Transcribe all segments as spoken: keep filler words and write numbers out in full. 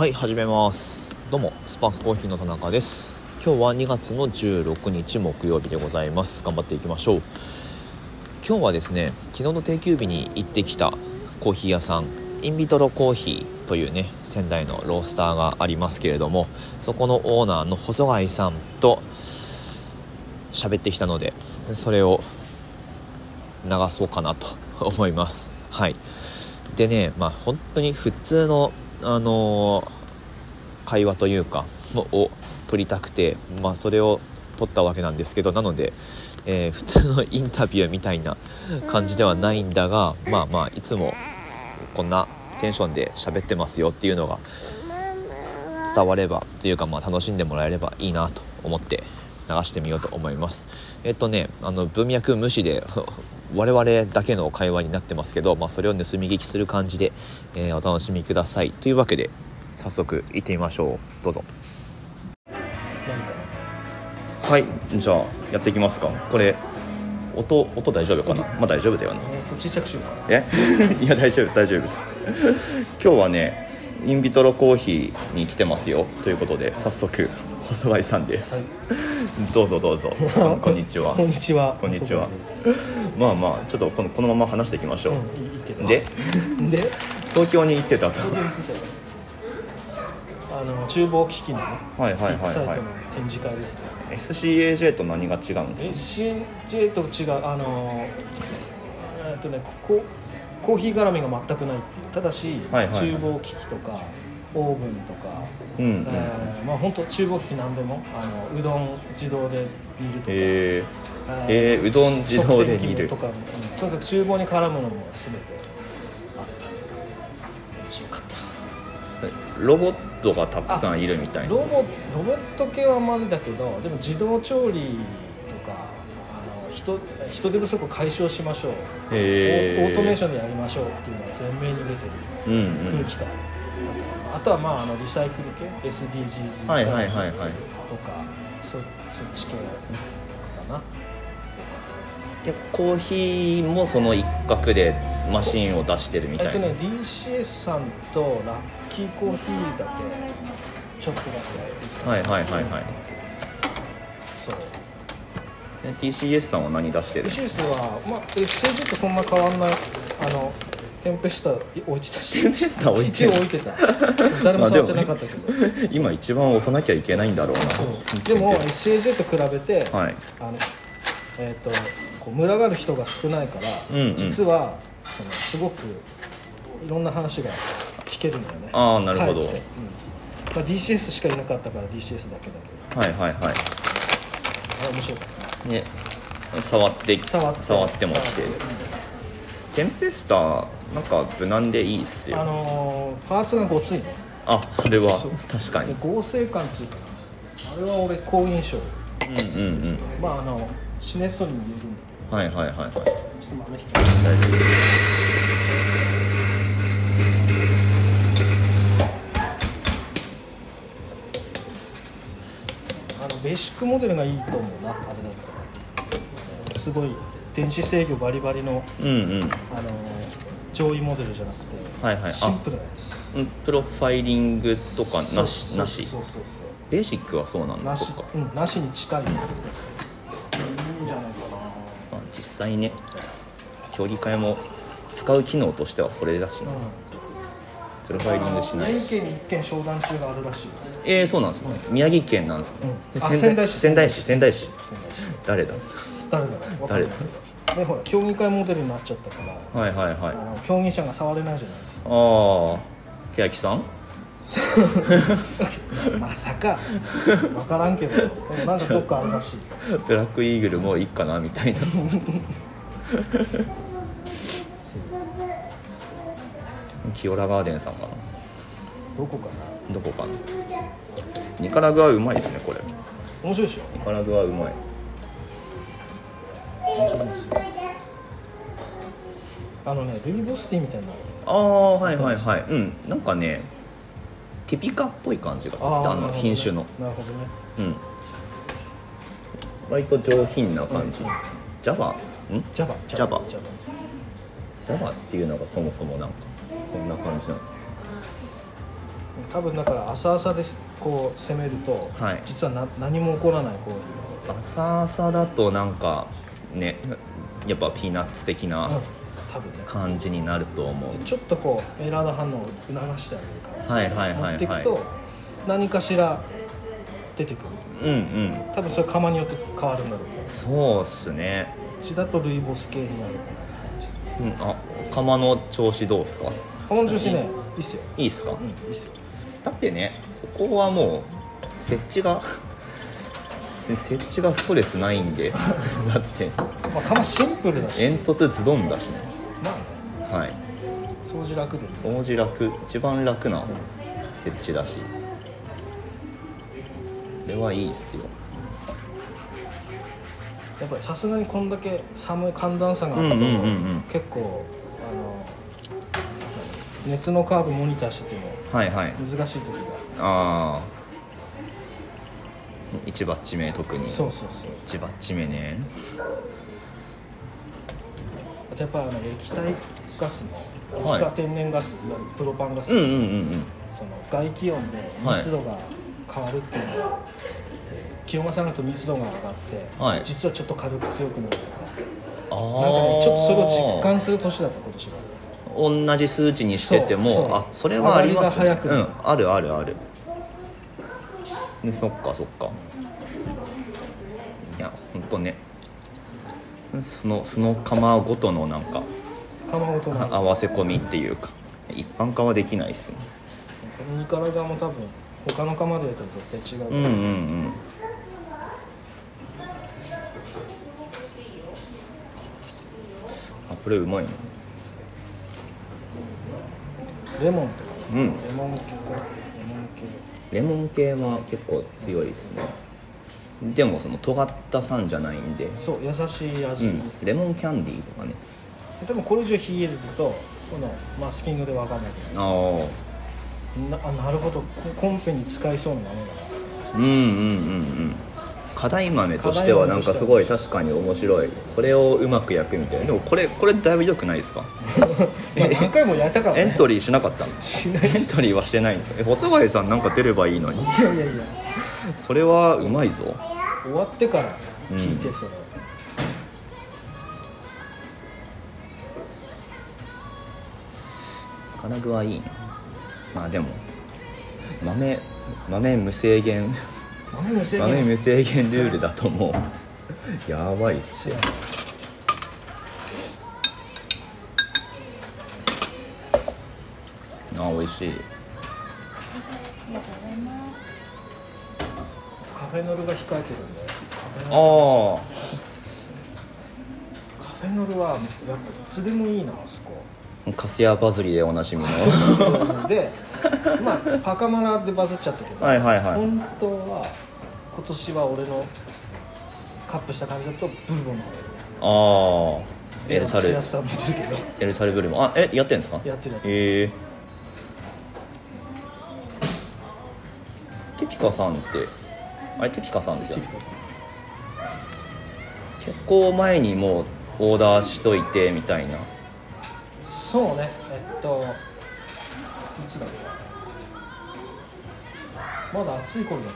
はい、始めます。どうもスパークコーヒーの田中です。今日はにがつのじゅうろくにち木曜日でございます。頑張っていきましょう。今日はですね、昨日の定休日に行ってきたコーヒー屋さん、インビトロコーヒーというね、仙台のロースターがありますけれども、そこのオーナーの細貝さんと喋ってきたので、それを流そうかなと思います。はい。でね、まあ本当に普通のあのー、会話というかを取りたくて、まあそれを取ったわけなんですけど、なので、えー、普通のインタビューみたいな感じではないんだが、まあまあいつもこんなテンションで喋ってますよっていうのが伝わればというか、まあ楽しんでもらえればいいなと思って流してみようと思います。えっとね、あの文脈無視で我々だけの会話になってますけど、まあ、それを盗み聞きする感じで、えー、お楽しみください。というわけで早速行ってみましょう。どうぞ。はい、じゃあやっていきますか。これ音音大丈夫かな。まあ大丈夫だよな。 ちっちゃくしようか。 えいや大丈夫です大丈夫です。今日はねインビトロコーヒーに来てますよということで、早速細貝さんです、はい、どうぞどうぞこんにちは。 こんにちは。 こんにちは。まあまあちょっとこの、このまま話していきましょう、うん、いいけど。でで東京に行ってたと。 あの厨房機器の、ね、 はいはいはいはい、 ビッグサイトの展示会ですね。 エスシーエージェー と何が違うんですか？ エスシーエージェー と違う、あのえーっとねこコーヒー絡みが全くないっていう。ただし、はいはいはい、厨房機器とかオーブンとか、うんうん、えーまあ、本当厨房機器何でも、あのうどん自動で煮るとか、えーえー、うどん自動で煮るとか、うん、とにかく厨房に絡むのも全てあって面白かった。 ロボットがたくさんいるみたいな。 ロボ、ロボット系はまだだけど、でも自動調理とか、あの 人, 人手不足を解消しましょう、へー、オートメーションでやりましょうっていうのが前面に出てる空気感、うんうん、あとはまああのリサイクル系 エスディージーズ とか、はいはいはいはい、そ, そっち系とかかな。 でコーヒーもその一角でマシンを出してるみたいな。 えっとね ディーシーエス さんとラッキーコーヒーだけちょっとだけ、 はいはいはいはい。 そう。 ディーシーエス さんは何出してるんですか？ ディーシーエス は、まあ、エスエージー とそんな変わんない。あのテンペスタ置いてたし、 テンペスタ置いて置いてた。誰も触ってなかったけど今一番押さなきゃいけないんだろうな。 でも エスエージェー と比べて、はい、あのえー、とこう群がる人が少ないから、うんうん、実はそのすごくいろんな話が聞けるんだよね。 ああなるほど、うん、まあ、 ディーシーエス しかいなかったから ディーシーエス だけだけど、はいはいはい、あ、面白かったね。 触って触って触ってもして、うん、テンペスターなんか無難でいいっすよ。 あのー、パーツがごついね。 あ、それは確かに合成感っていうかな、あれは俺好印象。うんうんうん。まああのシネストにも言えるんだけど。はいはいはいはい。ちょっと豆引き。大丈夫です。あのベーシックモデルがいいと思うな、あれだったら。すごい電子制御バリバリの、うんうん、あの上位モデルじゃなくて、はいはい、シンプルなやつ。 うん、プロファイリングとかなしなし。 そうそうそう。 ベーシックはそうなんだ。 なし、うん、なしに近い。いいんじゃないかな。 まあ、実際ね、競技会も使う機能としてはそれだしな、うん、プロファイリングしないし。 宮城県にいっけん商談中があるらしい。 えー、そうなんですか、うん、宮城県なんですか、 うん、仙台市仙台市仙台市誰だ誰だ誰だね、ほら競技会モデルになっちゃったから、はいはいはい、あの競技者が触れないじゃないですか。 ああ、欅さんまさか分からんけど、なんかどっかあるらしい。 ブラックイーグルもういいかなみたいなキオラガーデンさんかな。 どこかなどこかな。ニカラグアうまいですね。これ面白いでしょ。 ニカラグアうまい。 面白いですよ。あのね、ルイボスティーみたいな。 ああはいはいはい、うん、なんかねティピカっぽい感じがする。あ, あの品種の。 なるほどね。 うん。割と上品な感じ。うん、ジャバ？ん？ ジャバ。 ジャバ。ジャバっていうのがそもそもなんかそんな感じなの。 多分だから朝朝でこう攻めると、はい、実はな何も起こらないコーヒー。朝朝だとなんかね、やっぱピーナッツ的な感じになると思う、うんね、 ちょっとこうエラード反応を促してあげるから、 はいはいはいはい、持っていくと何かしら出てくる。うんうん。多分それ釜によって変わるんだろうけど。 そうっすね。 うちだとルイボス系になる。 うん、あ、釜の調子どうっすか？ 釜の調子ね、いいっすよ。 いいっすか？ うん、いいっすよ。 だってね、ここはもう設置が設置がストレスないんでだってまあ釜シンプルだし煙突ズドンだしね。 まあね、 はい、 掃除楽です、 ね、掃除楽、一番楽な設置だし、これはいいっすよ。 やっぱりさすがにこんだけ寒い寒暖差があると、うんうんうんうん、結構あの熱のカーブモニターしてても難しい時が、はいはい、ああいちバッチ目特に。 そうそうそう、いちバッチ目ね。 あとやっぱあの液体ガスの液化天然ガス、はい、プロパンガス、うんうんうんうん、その外気温で密度が変わるっていうのは、はい、気温が下がると密度が上がって、はい、実はちょっと軽く強くなるとか、あなんかねちょっとそれを実感する年だった今年は。 同じ数値にしてても、そうそう、あ、それはありますね。うん、あるあるある。でそっかそっか。いやほんとね、そのその釜ごとのなんか釜ごとの合わせ込みっていうか一般化はできないっすね。 このニカラガも多分他の釜でやったら絶対違う。 うんうんうん。あ、これうまいね。 レモンとか、 うん、 レモン系レモン系は結構強いですね。でもその尖った酸じゃないんで、 そう優しい味、うん、 レモンキャンディーとかね。 でもこれ以上冷えるとこのマスキングで分かんないけど、あなあなるほどコンペに使いそうなものだな。 うんうんうんうん課題豆としてはなんかすごい確かに面白い。これをうまく焼くみたいな。でもこれこれだいぶ良くないですか？ 何回もやったから、ね、 エントリーしなかったの？ しないし。 エントリーはしてないの？え、細貝さんなんか出ればいいのに。 いやいやいやこれはうまいぞ。 終わってから聞いて、うん、それ金具はいいね。まあでも豆豆無制限豆無制限豆無制限ルールだともうやばいっすよ。あ、美味しい。 カフェノルが控えてるんで。 ああ。 カフェノルはやっぱいつでもいいなあそこ。 カスヤバズりでおなじみので、まあパカマラでバズっちゃったけど、 はいはいはい、 本当は今年は俺のカップした感じだとブルボンの方。ああ。エルサル。 エルサルけど。 エルサルブルボン。あ、えやってんですか？ やってるやってる。へえ。テピカさんってあれテピカさんですよね。結構前にもうオーダーしといてみたいな。 そうね、えっといつだろう、まだ暑い頃だ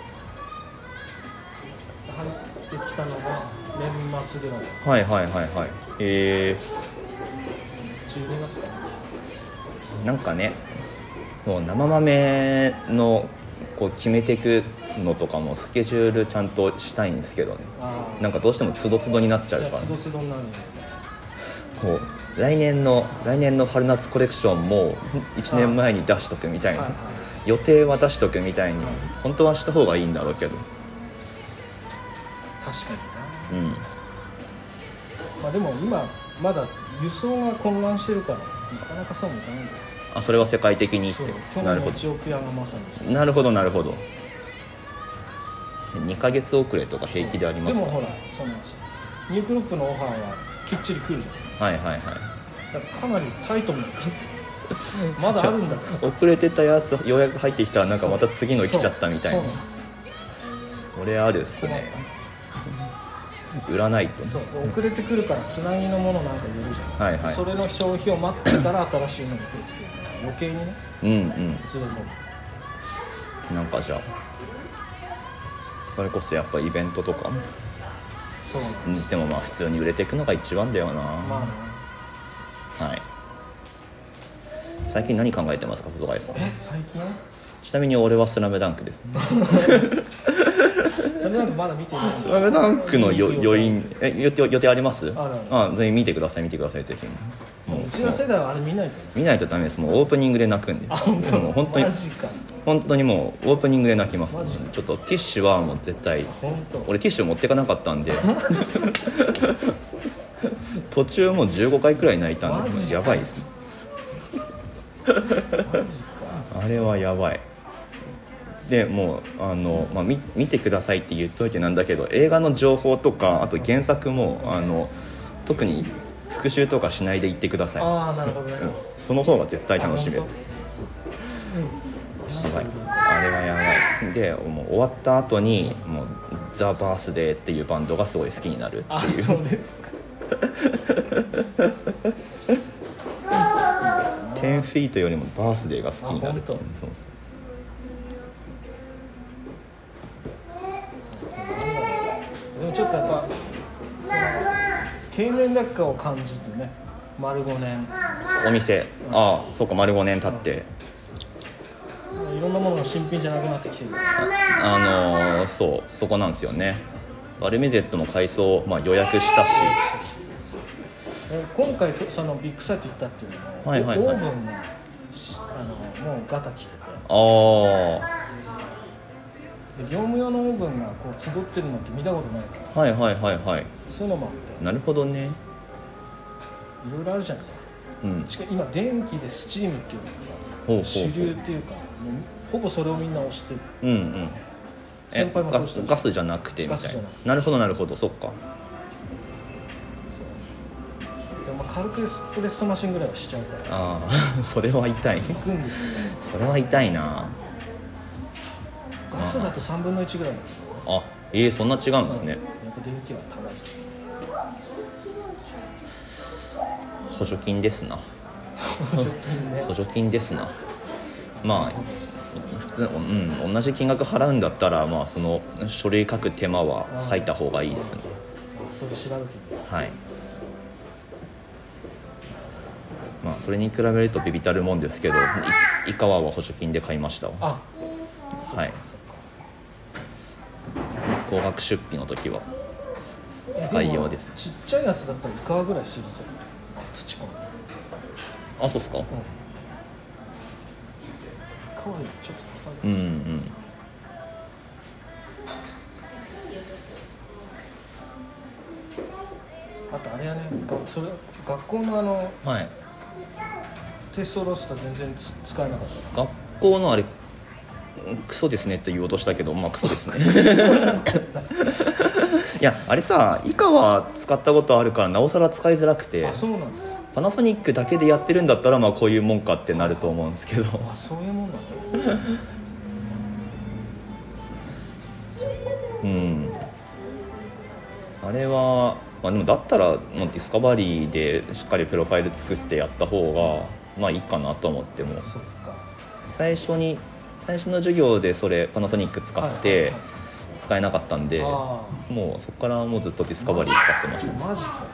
ったかな。入ってきたのが年末ぐらい。 はいはいはいはい。えー、 じゅうにがつかな。 なんかね、もう生豆のこう決めていくのとかもスケジュールちゃんとしたいんですけどね。なんかどうしてもつどつどになっちゃうから、ね、 つどつどになるんで、 こう来年の来年の春夏コレクションもいちねんまえに出しとくみたいな、はいはい、予定は出しとくみたいに、はい、本当はした方がいいんだろうけど。 確かにな、うん、まあ、でも今まだ輸送が混乱してるからなかなかそうもいかないんだよ。 あ、それは世界的にって。 去年のエチオピアがまさにですね。 なるほどなるほど。にかげつ遅れとか平気でありますか？ でもほらそのニュークロップのオファーはきっちり来るじゃん。 はいはいはい。だからかなりタイトになってまだあるんだけど遅れてたやつようやく入ってきたらなんかまた次の来ちゃったみたいな。 そ, それあるっすね。売らないと。 そう遅れてくるからつなぎのものなんか入れるじゃん、はいはい、それの消費を待ってから新しいのに手つけるから余計にね、 うんうん、 ずれ込む。 なんかじゃあそれこそやっぱイベントとかそうなんです。 でもまあ普通に売れていくのが一番だよな。 まあね、 はい。最近何考えてますか細貝さん。 え最近ちなみに俺はスラムダンクです。 スラムダンクまだ見てない。 スラムダンクのよ余韻え予定予定あります？ あるあ全員見てください見てくださいぜひ。 もううちの世代はあれ見ないと見ないとダメです。もうオープニングで泣くんで。 あ本当もう本当にマジか本当にもうオープニングで泣きます、 マジちょっとティッシュはもう絶対本当俺ティッシュ持ってかなかったんで途中もうじゅうごかいくらい泣いたんでマジやばいですねマジかあれはやばい。でもうあの、まあ、見, 見てくださいって言っといてなんだけど映画の情報とかあと原作もあの特に復習とかしないで言ってください。 ああなるほどね、 うん、その方が絶対楽しめる。やばいあれはやばい。でもう終わった後にもうザ・バースデーっていうバンドがすごい好きになるっていう。 あそうですかテンフィートよりもバースデーが好きになるっていう。 あ本当そうそうでもちょっとやっぱ経年劣化を感じてね丸ごねんお店ああそうか丸ごねん経っていろんなものが新品じゃなくなってきてる。 あのー、そうそこなんですよね。バルミゼットの改装、まあ、予約したし今回そのビッグサイト行ったっていうのも、 はいはいはい、 オーブンがあのもうガタ来ててああで業務用のオーブンがこう集ってるのって見たことないからはいはいはいはいそういうのもあってなるほどね。 いろいろあるじゃないか、 うん、 しかも今電気でスチームっていうのがさほうほうほう主流っていうかもうほぼそれをみんな推してる。 うんうんえ先輩もそうしてるガス、ガスじゃなくてみたいな。 ガスじゃなくてなるほどなるほどそっか。 でもまあ軽くエスプレッソマシンぐらいはしちゃうからああそれは痛い。 行くんですよ。 それは痛いな。 ガスだとさんぶんのいちぐらいなんですよ。 あえー、そんな違うんですね。 やっぱ電気は高いです。 補助金ですな補助金ね補助金ですな。まあ普通、うん、同じ金額払うんだったら、まあ、その書類書く手間は割いた方がいいっすね。 それ調べてみる。 はいまあそれに比べるとビビたるもんですけどい井川は補助金で買いましたわ。 あはい高額出費の時は使いようです、ね、 ちっちゃいやつだったらいかがぐらいするぞ土込み。 あそうっすか。 うん、いかがよりちょっと高い。 うんうんあとあれやねそれ学校のあのはいテストロースター全然つ使えなかっ学校のあれクソですねって言おうとしたけどまあクソですねいやあれさ以下は使ったことあるからなおさら使いづらくてた。あそうなんだ。 パナソニックだけでやってるんだったらまあこういうもんかってなると思うんですけどあそういうもんなんだ。 うんあれは、まあ、でもだったらもうディスカバリーでしっかりプロファイル作ってやった方がまあいいかなと思ってもそっか最初に最初の授業でそれパナソニック使って使えなかったんで、もうそこからもうずっとディスカバリー使ってました。 マジか。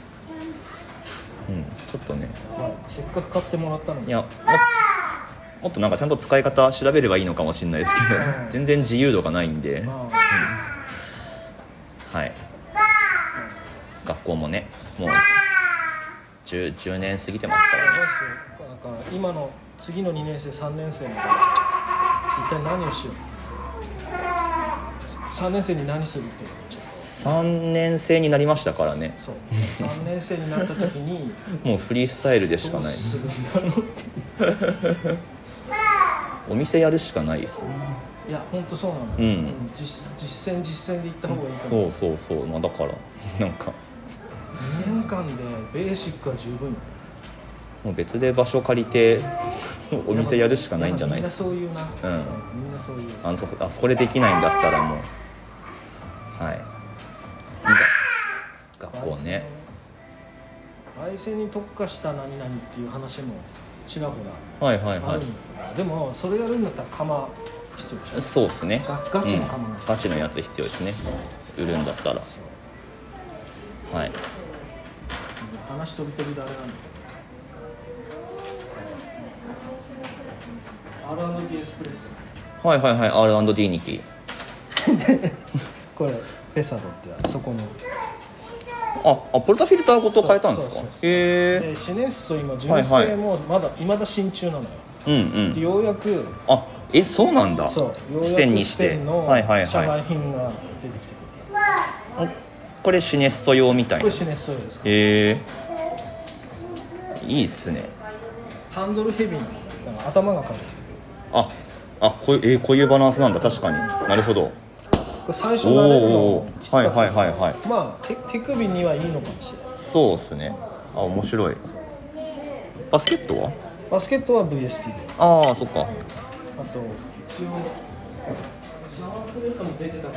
うんちょっとね、 まあ、せっかく買ってもらったのに。 いや も, もっとなんかちゃんと使い方調べればいいのかもしれないですけど、 うん、 全然自由度がないんで、 まあうん、はい学校もねもう 10, 10年過ぎてますからね。 だから今の次のにねん生さんねん生の一体何をしよう。さんねん生に何するってさんねん生になりましたからね。 そうさんねん生になった時にもうフリースタイルでしかない。 どうするんだろうっていうお店やるしかないです。 いや本当そうなの、 うん、 実, 実践実践で行った方がいいと思う。 そうそうそう、まあ、だからなんかにねんかんでベーシックは十分よ。 もう別で場所借りてお店やるしかないんじゃないですか。 みんなそういうな、 うん、 みんなそういうあの そ, あそこでできないんだったらもうはい学校ね焙煎に特化した何々っていう話もちらほらはいはいはいあるんだけど、でもそれやるんだったら窯必要でしょ。 そうですね。 ガ, ガチの釜が、 うん、ガチのやつ必要ですね、売るんだったら。はい。 話飛び飛びであれなんだけど アールアンドディー エスプレッソ、 はいはいはい。 アールアンドディー にきこれペサドってやつ、そこのああポルタフィルターごと変えたんですか。 そうそうそうへえ。 でシネッソ今純正もまだ、はいはい、未だ新中なのよ。 うんうん。 でようやくあえそうなんだ。 そうようやくステンにしてステンのはいはいはい社外品が出てきてくる。 これシネッソ用みたいな。 これシネッソ用ですか。 へえいいっすね。 ハンドルヘビーななんか頭がかかってくる。 ああこういう、えー、こういうバランスなんだ。確かになるほど。 これ最初慣れるのきつかったけど、 はいはいはいはい。 まあ 手, 手首にはいいのかもしれない。 そうですね。あ面白い。バスケットはバスケットは ブイエスティー で、 ああそっか。 あと一応シャワープレートも出てたから。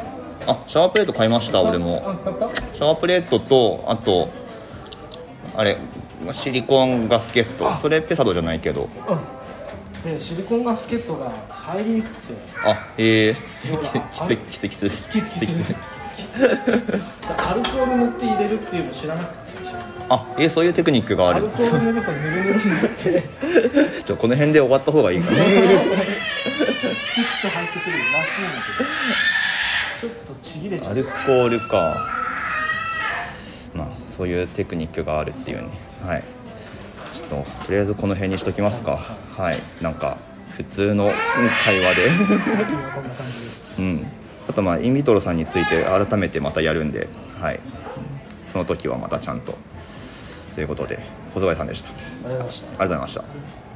あシャワープレート買いました。俺もあ買った。 シャワープレートとあとあれシリコンガスケット、それペサドじゃないけど、 うん、でシリコンガスケットが入りにくくて、 あええほらきついきついきついきつきつきつアルコール塗って入れるっていうの知らなくて、 あえー、そういうテクニックがある。 アルコール塗るとヌルヌルになってちょこの辺で終わった方がいいかなキュッと入ってくるらしいんだけど、ちょっとちぎれちゃう。 アルコールか。まあそういうテクニックがあるっていうね。はいちょっととりあえずこの辺にしときますか。はい、はい、なんか普通の会話でこんな感じです。 うんあとまあインビトロさんについて改めてまたやるんで、はいその時はまたちゃんとということで、細貝さんでした。ありがとうございました。 ありがとうございました。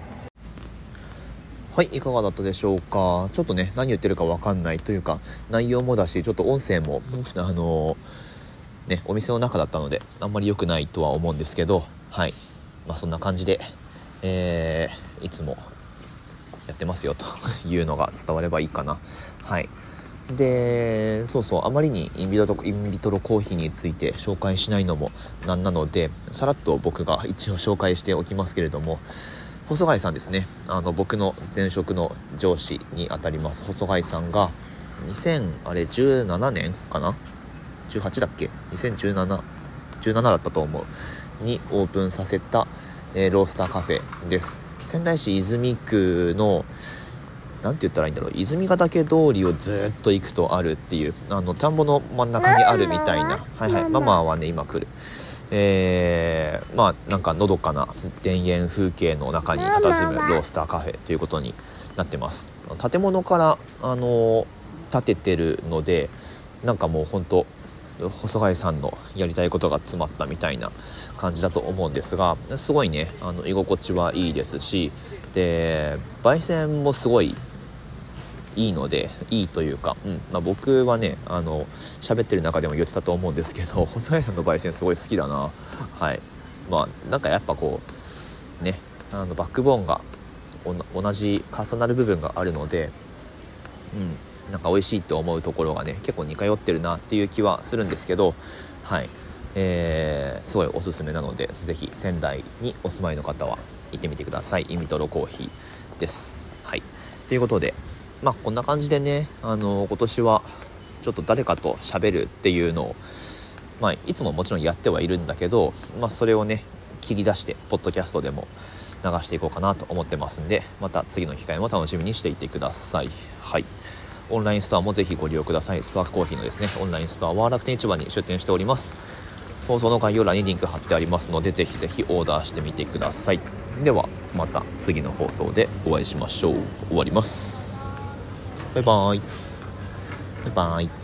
はい、いかがだったでしょうか。ちょっとね何言ってるか分かんないというか、内容もだしちょっと音声もあのねお店の中だったのであんまり良くないとは思うんですけど、はいまあそんな感じで、えー、いつもやってますよというのが伝わればいいかな。はいでそうそうあまりにインビトロ、インビトロコーヒーについて紹介しないのもなんなので、さらっと僕が一応紹介しておきますけれども、細貝さんですね。あの僕の前職の上司にあたります細貝さんがにせんじゅうななねんかなじゅうはちだっけにせんじゅうなな、じゅうななだったと思うにオープンさせた、えー、ロースターカフェです。仙台市泉区のなんて言ったらいいんだろう、泉ヶ岳通りをずっと行くとあるっていう、あの田んぼの真ん中にあるみたいな、はいはいママはね今来る、えー、まあなんかのどかな田園風景の中に佇むロースターカフェということになってます。建物からあの建ててるので、なんかもう本当細貝さんのやりたいことが詰まったみたいな感じだと思うんですが、すごいねあの居心地はいいですし、で焙煎もすごいいいので、いいというか、うんまあ、僕はねあの喋ってる中でも言ってたと思うんですけど、細貝さんの焙煎すごい好きだな。はいまあなんかやっぱこうねあのバックボーンが同じ重なる部分があるので、うんなんか美味しいって思うところがね結構似通ってるなっていう気はするんですけど、はいえー、すごいおすすめなので、ぜひ仙台にお住まいの方は行ってみてください。インビトロコーヒーです。はいということで、まあこんな感じでねあの今年はちょっと誰かと喋るっていうのを、まあ、いつももちろんやってはいるんだけど、まあ、それをね切り出してポッドキャストでも流していこうかなと思ってますんで、また次の機会も楽しみにしていてください。はいオンラインストアもぜひご利用ください。スパークコーヒーのですねオンラインストアは楽天市場に出店しております。放送の概要欄にリンク貼ってありますので、ぜひぜひオーダーしてみてください。ではまた次の放送でお会いしましょう。終わります。バイバイバイバイ。